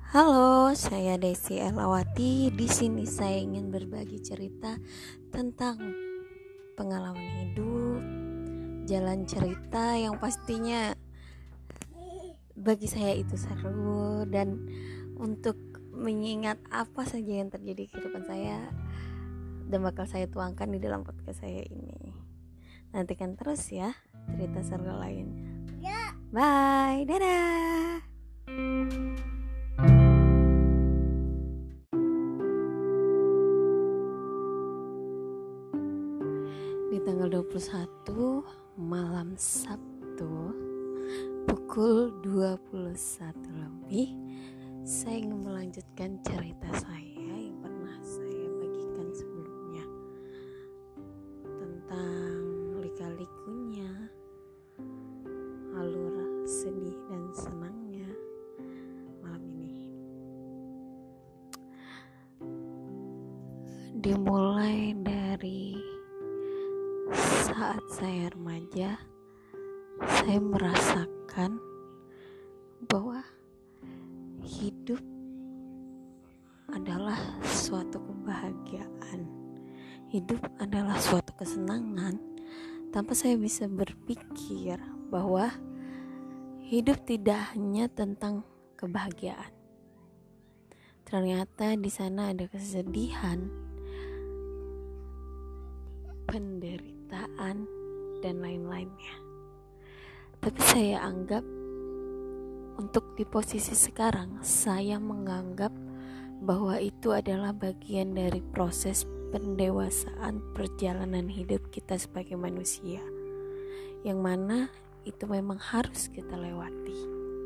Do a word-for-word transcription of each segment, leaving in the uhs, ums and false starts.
Halo, saya Desi Erlawati. Di sini saya ingin berbagi cerita tentang pengalaman hidup, jalan cerita yang pastinya bagi saya itu seru, dan untuk mengingat apa saja yang terjadi di kehidupan saya dan bakal saya tuangkan di dalam podcast saya ini. Nantikan terus ya cerita seru lainnya. Bye, dadah. Di tanggal dua puluh satu malam Sabtu pukul dua puluh satu lebih, saya ingin melanjutkan cerita saya yang pernah saya bagikan sebelumnya tentang lika-likunya, alur sedih dan senangnya malam ini. Dimulai dari saat saya remaja, saya merasakan bahwa hidup adalah suatu kebahagiaan. Hidup adalah suatu kesenangan tanpa saya bisa berpikir bahwa hidup tidak hanya tentang kebahagiaan. Ternyata di sana ada kesedihan, penderitaan, dan lain-lainnya. Tapi saya anggap untuk di posisi sekarang, saya menganggap bahwa itu adalah bagian dari proses pendewasaan perjalanan hidup kita sebagai manusia, yang mana itu memang harus kita lewati.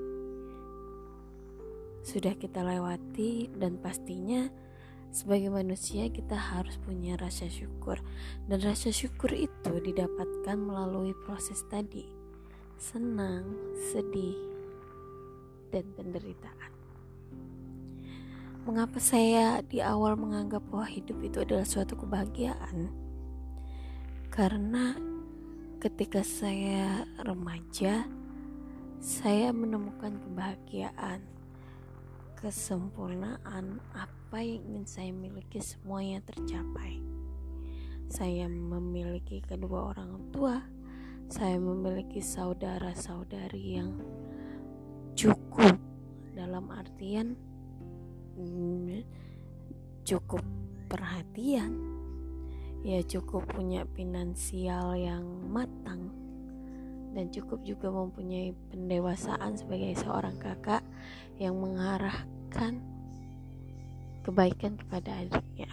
Sudah kita lewati, dan pastinya sebagai manusia kita harus punya rasa syukur, dan rasa syukur itu didapatkan melalui proses tadi: senang, sedih, dan penderitaan. Mengapa saya di awal menganggap bahwa hidup itu adalah suatu kebahagiaan? Karena ketika saya remaja, saya menemukan kebahagiaan, kesempurnaan. Apa yang ingin saya miliki semuanya tercapai. Saya memiliki kedua orang tua, saya memiliki saudara-saudari yang cukup, dalam artian hmm, cukup perhatian, ya cukup punya finansial yang matang, dan cukup juga mempunyai pendewasaan sebagai seorang kakak yang mengarahkan kebaikan kepada adiknya.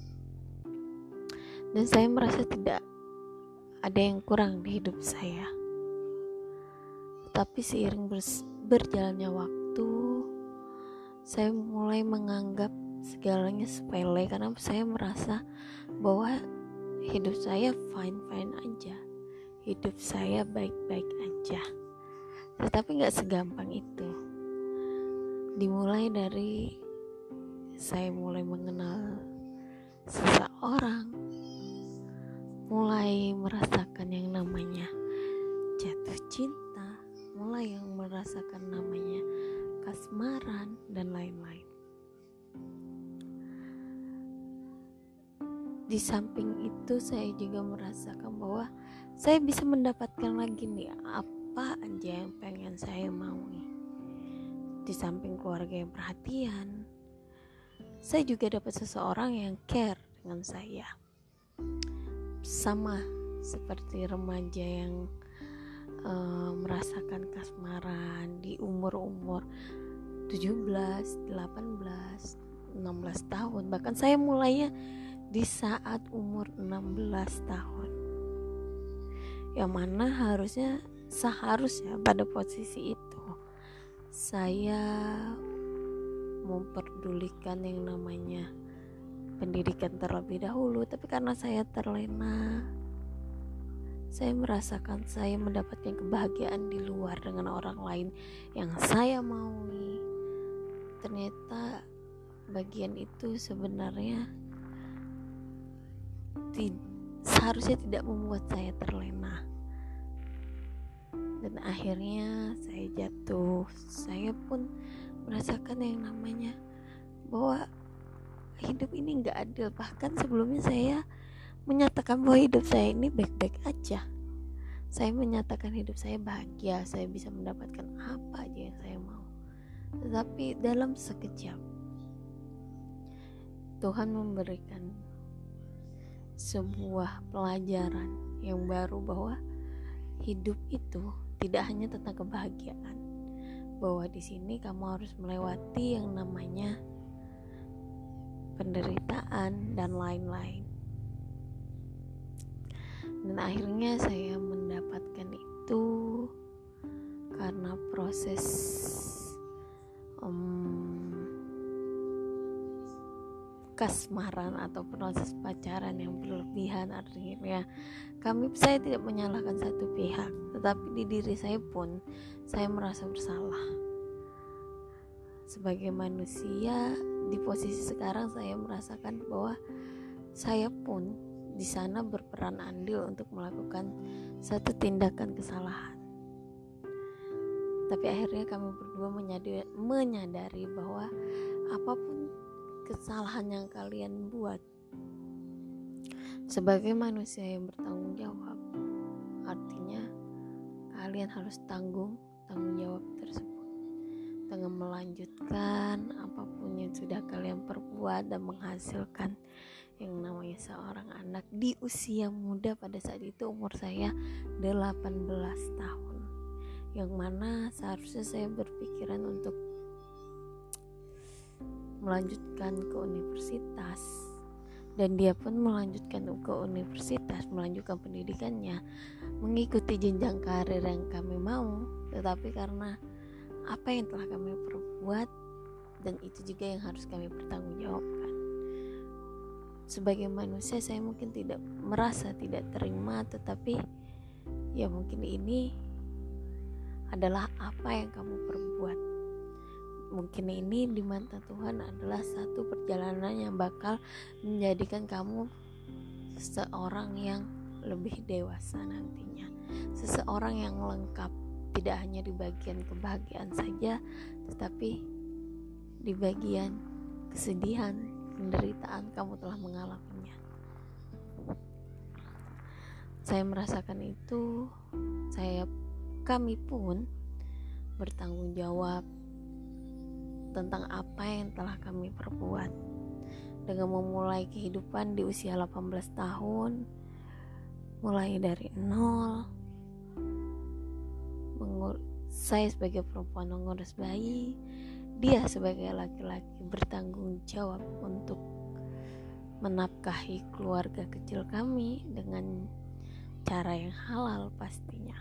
Dan saya merasa tidak ada yang kurang di hidup saya. Tapi seiring ber- berjalannya waktu, saya mulai menganggap segalanya sepele, karena saya merasa bahwa hidup saya fine-fine aja, hidup saya baik-baik aja. Tetapi gak segampang itu. Dimulai dari saya mulai mengenal seseorang, mulai merasakan yang namanya jatuh cinta, mulai yang merasakan namanya kasmaran, dan lain-lain. Di samping itu, saya juga merasakan bahwa saya bisa mendapatkan lagi nih apa aja yang pengen saya maui. Di samping keluarga yang perhatian, saya juga dapat seseorang yang care dengan saya. Sama seperti remaja yang uh, merasakan kasmaran di umur-umur tujuh belas, delapan belas, enam belas tahun. Bahkan saya mulainya di saat umur enam belas tahun. Yang mana harusnya, seharusnya pada posisi itu saya memperdulikan yang namanya pendidikan terlebih dahulu. Tapi karena saya terlena, saya merasakan saya mendapatkan kebahagiaan di luar dengan orang lain yang saya maui. Ternyata bagian itu sebenarnya tid- seharusnya tidak membuat saya terlena. Dan akhirnya saya jatuh. Saya pun merasakan yang namanya bahwa hidup ini gak adil. Bahkan sebelumnya saya menyatakan bahwa hidup saya ini baik-baik aja. Saya menyatakan hidup saya bahagia, saya bisa mendapatkan apa aja yang saya mau. Tetapi dalam sekejap Tuhan memberikan sebuah pelajaran yang baru bahwa hidup itu tidak hanya tentang kebahagiaan. Bahwa di sini kamu harus melewati yang namanya penderitaan dan lain-lain. Dan akhirnya saya mendapatkan itu karena proses um, kasmaran atau proses pacaran yang berlebihan. Artinya kami saya tidak menyalahkan satu pihak, tetapi di diri saya pun saya merasa bersalah. Sebagai manusia di posisi sekarang, saya merasakan bahwa saya pun di sana berperan andil untuk melakukan satu tindakan kesalahan. Tapi akhirnya kami berdua menyadari, menyadari bahwa apapun kesalahan yang kalian buat, sebagai manusia yang bertanggung jawab, artinya kalian harus tanggung tanggung jawab tersebut dengan melanjutkan apapun yang sudah kalian perbuat dan menghasilkan yang namanya seorang anak di usia muda. Pada saat itu umur saya delapan belas tahun, yang mana seharusnya saya berpikiran untuk melanjutkan ke universitas, dan dia pun melanjutkan ke universitas, melanjutkan pendidikannya, mengikuti jenjang karir yang kami mau. Tetapi karena apa yang telah kami perbuat, dan itu juga yang harus kami pertanggungjawabkan. Sebagai manusia saya mungkin tidak merasa tidak terima, tetapi ya mungkin ini adalah apa yang kamu perbuat. Mungkin ini di mata Tuhan adalah satu perjalanan yang bakal menjadikan kamu seseorang yang lebih dewasa nantinya, seseorang yang lengkap, tidak hanya di bagian kebahagiaan saja, tetapi di bagian kesedihan, penderitaan kamu telah mengalaminya. Saya merasakan itu. Saya kami pun bertanggung jawab tentang apa yang telah kami perbuat dengan memulai kehidupan di usia delapan belas tahun, mulai dari nol. Mengur- saya sebagai perempuan mengurus bayi, dia sebagai laki-laki bertanggung jawab untuk menafkahi keluarga kecil kami dengan cara yang halal pastinya.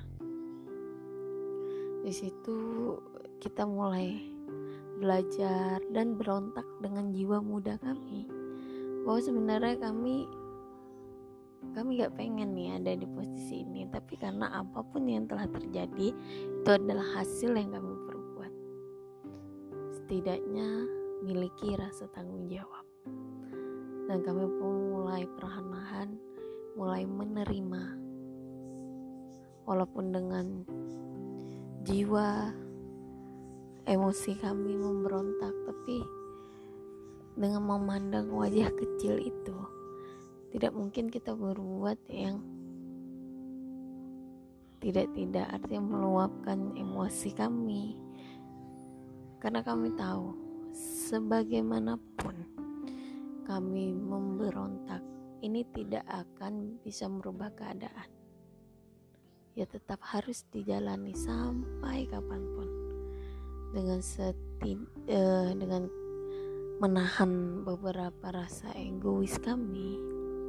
Di situ kita mulai belajar dan berontak dengan jiwa muda kami, bahwa sebenarnya kami kami gak pengen nih ada di posisi ini, tapi karena apapun yang telah terjadi itu adalah hasil yang kami perbuat. Setidaknya miliki rasa tanggung jawab, dan kami pun mulai perlahan-lahan mulai menerima, walaupun dengan jiwa emosi kami memberontak, tapi dengan memandang wajah kecil itu, tidak mungkin kita berbuat yang tidak-tidak, artinya meluapkan emosi kami, karena kami tahu sebagaimanapun kami memberontak, ini tidak akan bisa merubah keadaan. Ya tetap harus dijalani sampai kapanpun, dengan seti, uh, dengan menahan beberapa rasa egois kami,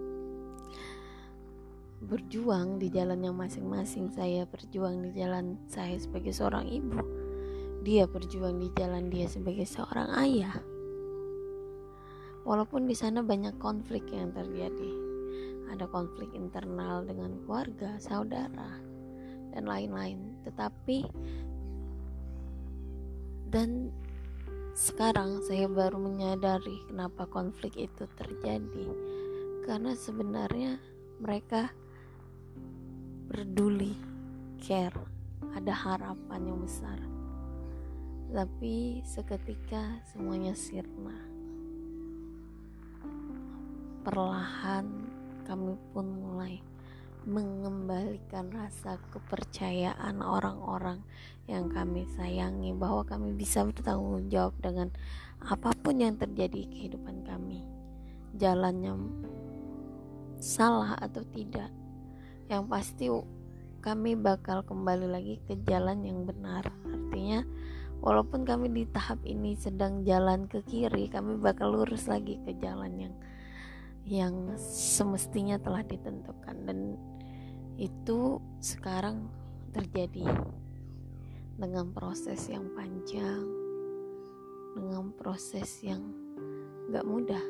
berjuang di jalan yang masing-masing. Saya berjuang di jalan saya sebagai seorang ibu, dia berjuang di jalan dia sebagai seorang ayah. Walaupun di sana banyak konflik yang terjadi, ada konflik internal dengan keluarga, saudara, dan lain-lain, tetapi dan sekarang saya baru menyadari kenapa konflik itu terjadi, karena sebenarnya mereka peduli, care, ada harapan yang besar. tapi seketika semuanya sirna. Perlahan kami pun mulai mengembalikan rasa kepercayaan orang-orang yang kami sayangi bahwa kami bisa bertanggung jawab dengan apapun yang terjadi di kehidupan kami, jalannya salah atau tidak, yang pasti kami bakal kembali lagi ke jalan yang benar. Artinya walaupun kami di tahap ini sedang jalan ke kiri, kami bakal lurus lagi ke jalan yang yang semestinya telah ditentukan. Dan itu sekarang terjadi dengan proses yang panjang, dengan proses yang gak mudah,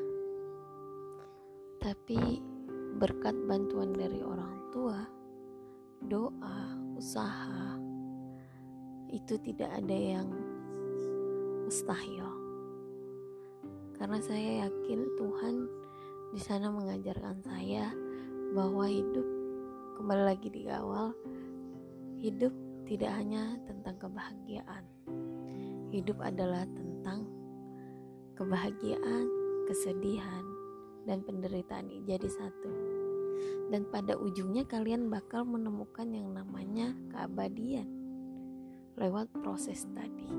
tapi berkat bantuan dari orang tua, doa, usaha, itu tidak ada yang mustahil. Karena saya yakin Tuhan di sana mengajarkan saya bahwa hidup, kembali lagi di awal, hidup tidak hanya tentang kebahagiaan. Hidup adalah tentang kebahagiaan, kesedihan, dan penderitaan jadi satu. Dan pada ujungnya kalian bakal menemukan yang namanya keabadian lewat proses tadi.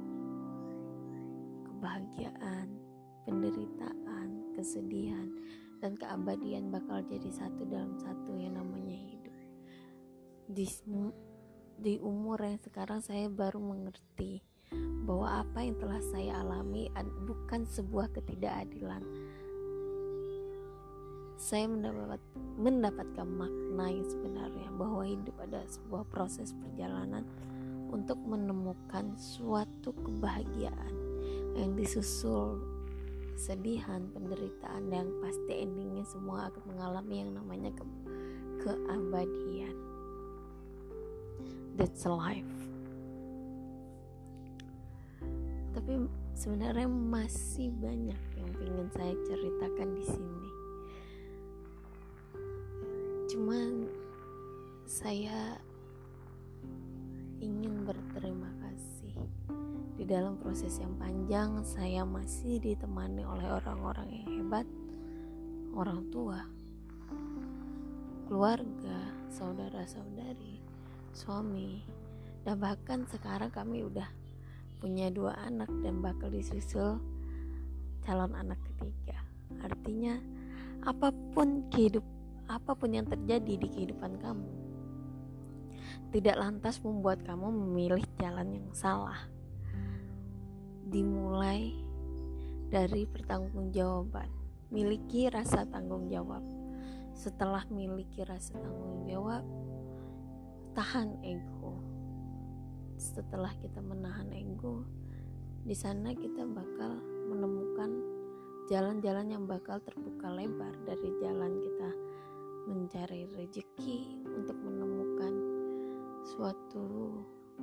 Kebahagiaan, penderitaan, kesedihan, dan keabadian bakal jadi satu dalam satu yang namanya hidup. Di, di umur yang sekarang saya baru mengerti bahwa apa yang telah saya alami bukan sebuah ketidakadilan. Saya mendapat, mendapatkan makna yang sebenarnya bahwa hidup adalah sebuah proses perjalanan untuk menemukan suatu kebahagiaan yang disusul kesedihan, penderitaan, yang pasti endingnya semua akan mengalami yang namanya ke keabadian. That's life. Tapi sebenarnya masih banyak yang ingin saya ceritakan di sini. Cuman saya ingin berterima kasih. Di dalam proses yang panjang, saya masih ditemani oleh orang-orang yang hebat, orang tua, keluarga, saudara-saudari, suami, dan bahkan sekarang kami udah punya dua anak dan bakal disusul calon anak ketiga. Artinya apapun kehidup, apapun yang terjadi di kehidupan kamu tidak lantas membuat kamu memilih jalan yang salah. Dimulai dari pertanggungjawaban. Miliki rasa tanggung jawab. Setelah miliki rasa tanggung jawab, tahan ego. Setelah kita menahan ego, di sana kita bakal menemukan jalan-jalan yang bakal terbuka lebar. Dari jalan kita mencari rezeki untuk menemukan suatu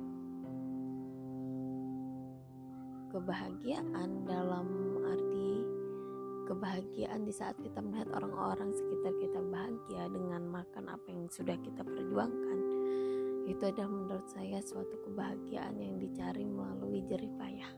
kebahagiaan, dalam arti kebahagiaan di saat kita melihat orang-orang sekitar kita bahagia dengan makan apa yang sudah kita perjuangkan. Itu adalah menurut saya suatu kebahagiaan yang dicari melalui jerih payah.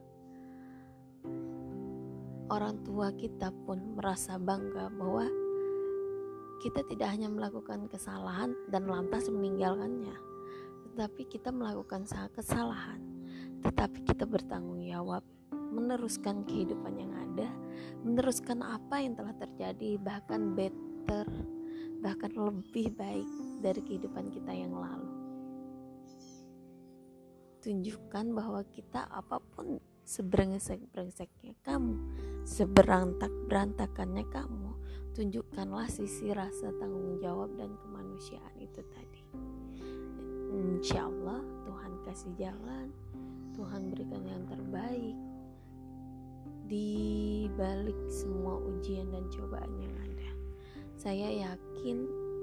Orang tua kita pun merasa bangga bahwa kita tidak hanya melakukan kesalahan dan lantas meninggalkannya, tetapi kita melakukan kesalahan, tetapi kita bertanggung jawab, meneruskan kehidupan yang ada, meneruskan apa yang telah terjadi, bahkan better, bahkan lebih baik dari kehidupan kita yang lalu. Tunjukkan bahwa kita apapun sebrengsek-brengseknya kamu, seberantak-berantakannya kamu, tunjukkanlah sisi rasa tanggung jawab dan kemanusiaan itu tadi. Insya Allah Tuhan kasih jalan, Tuhan berikan yang terbaik di balik semua ujian dan cobaan yang ada. Saya yakin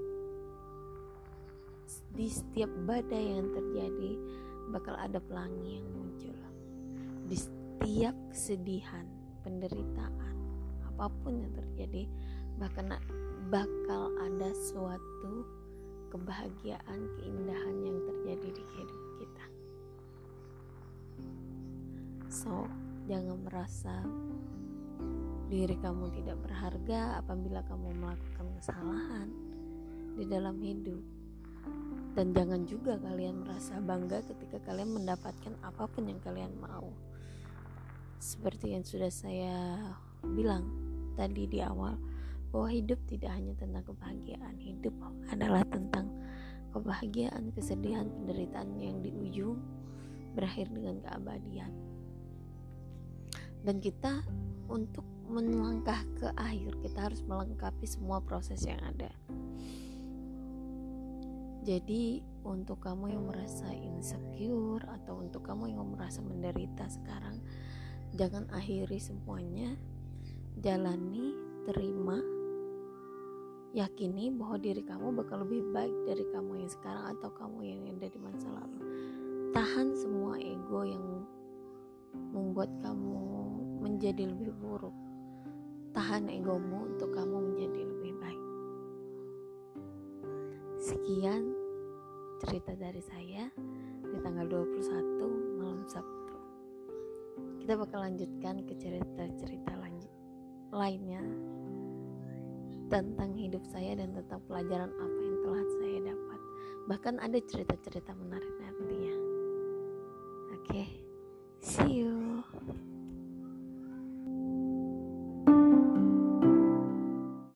di setiap badai yang terjadi bakal ada pelangi yang muncul. Di setiap kesedihan, penderitaan, apapun yang terjadi, bahkan bakal ada suatu kebahagiaan, keindahan yang terjadi di hidup kita. So, jangan merasa diri kamu tidak berharga apabila kamu melakukan kesalahan di dalam hidup. Dan jangan juga kalian merasa bangga ketika kalian mendapatkan apapun yang kalian mau. Seperti yang sudah saya bilang tadi di awal, bahwa hidup tidak hanya tentang kebahagiaan. Hidup adalah tentang kebahagiaan, kesedihan, penderitaan yang di ujung berakhir dengan keabadian. Dan kita untuk melangkah ke akhir, kita harus melengkapi semua proses yang ada. Jadi untuk kamu yang merasa insecure atau untuk kamu yang merasa menderita sekarang, jangan akhiri semuanya. Jalani, terima, yakini bahwa diri kamu bakal lebih baik dari kamu yang sekarang atau kamu yang ada di masa lalu. Tahan semua ego yang membuat kamu menjadi lebih buruk. Tahan egomu untuk kamu menjadi lebih baik. Sekian cerita dari saya di tanggal dua puluh satu malam Sabtu. Kita bakal lanjutkan ke cerita-cerita lanjut lainnya tentang hidup saya dan tentang pelajaran apa yang telah saya dapat. Bahkan ada cerita-cerita menarik nantinya. Oke, okay. See you.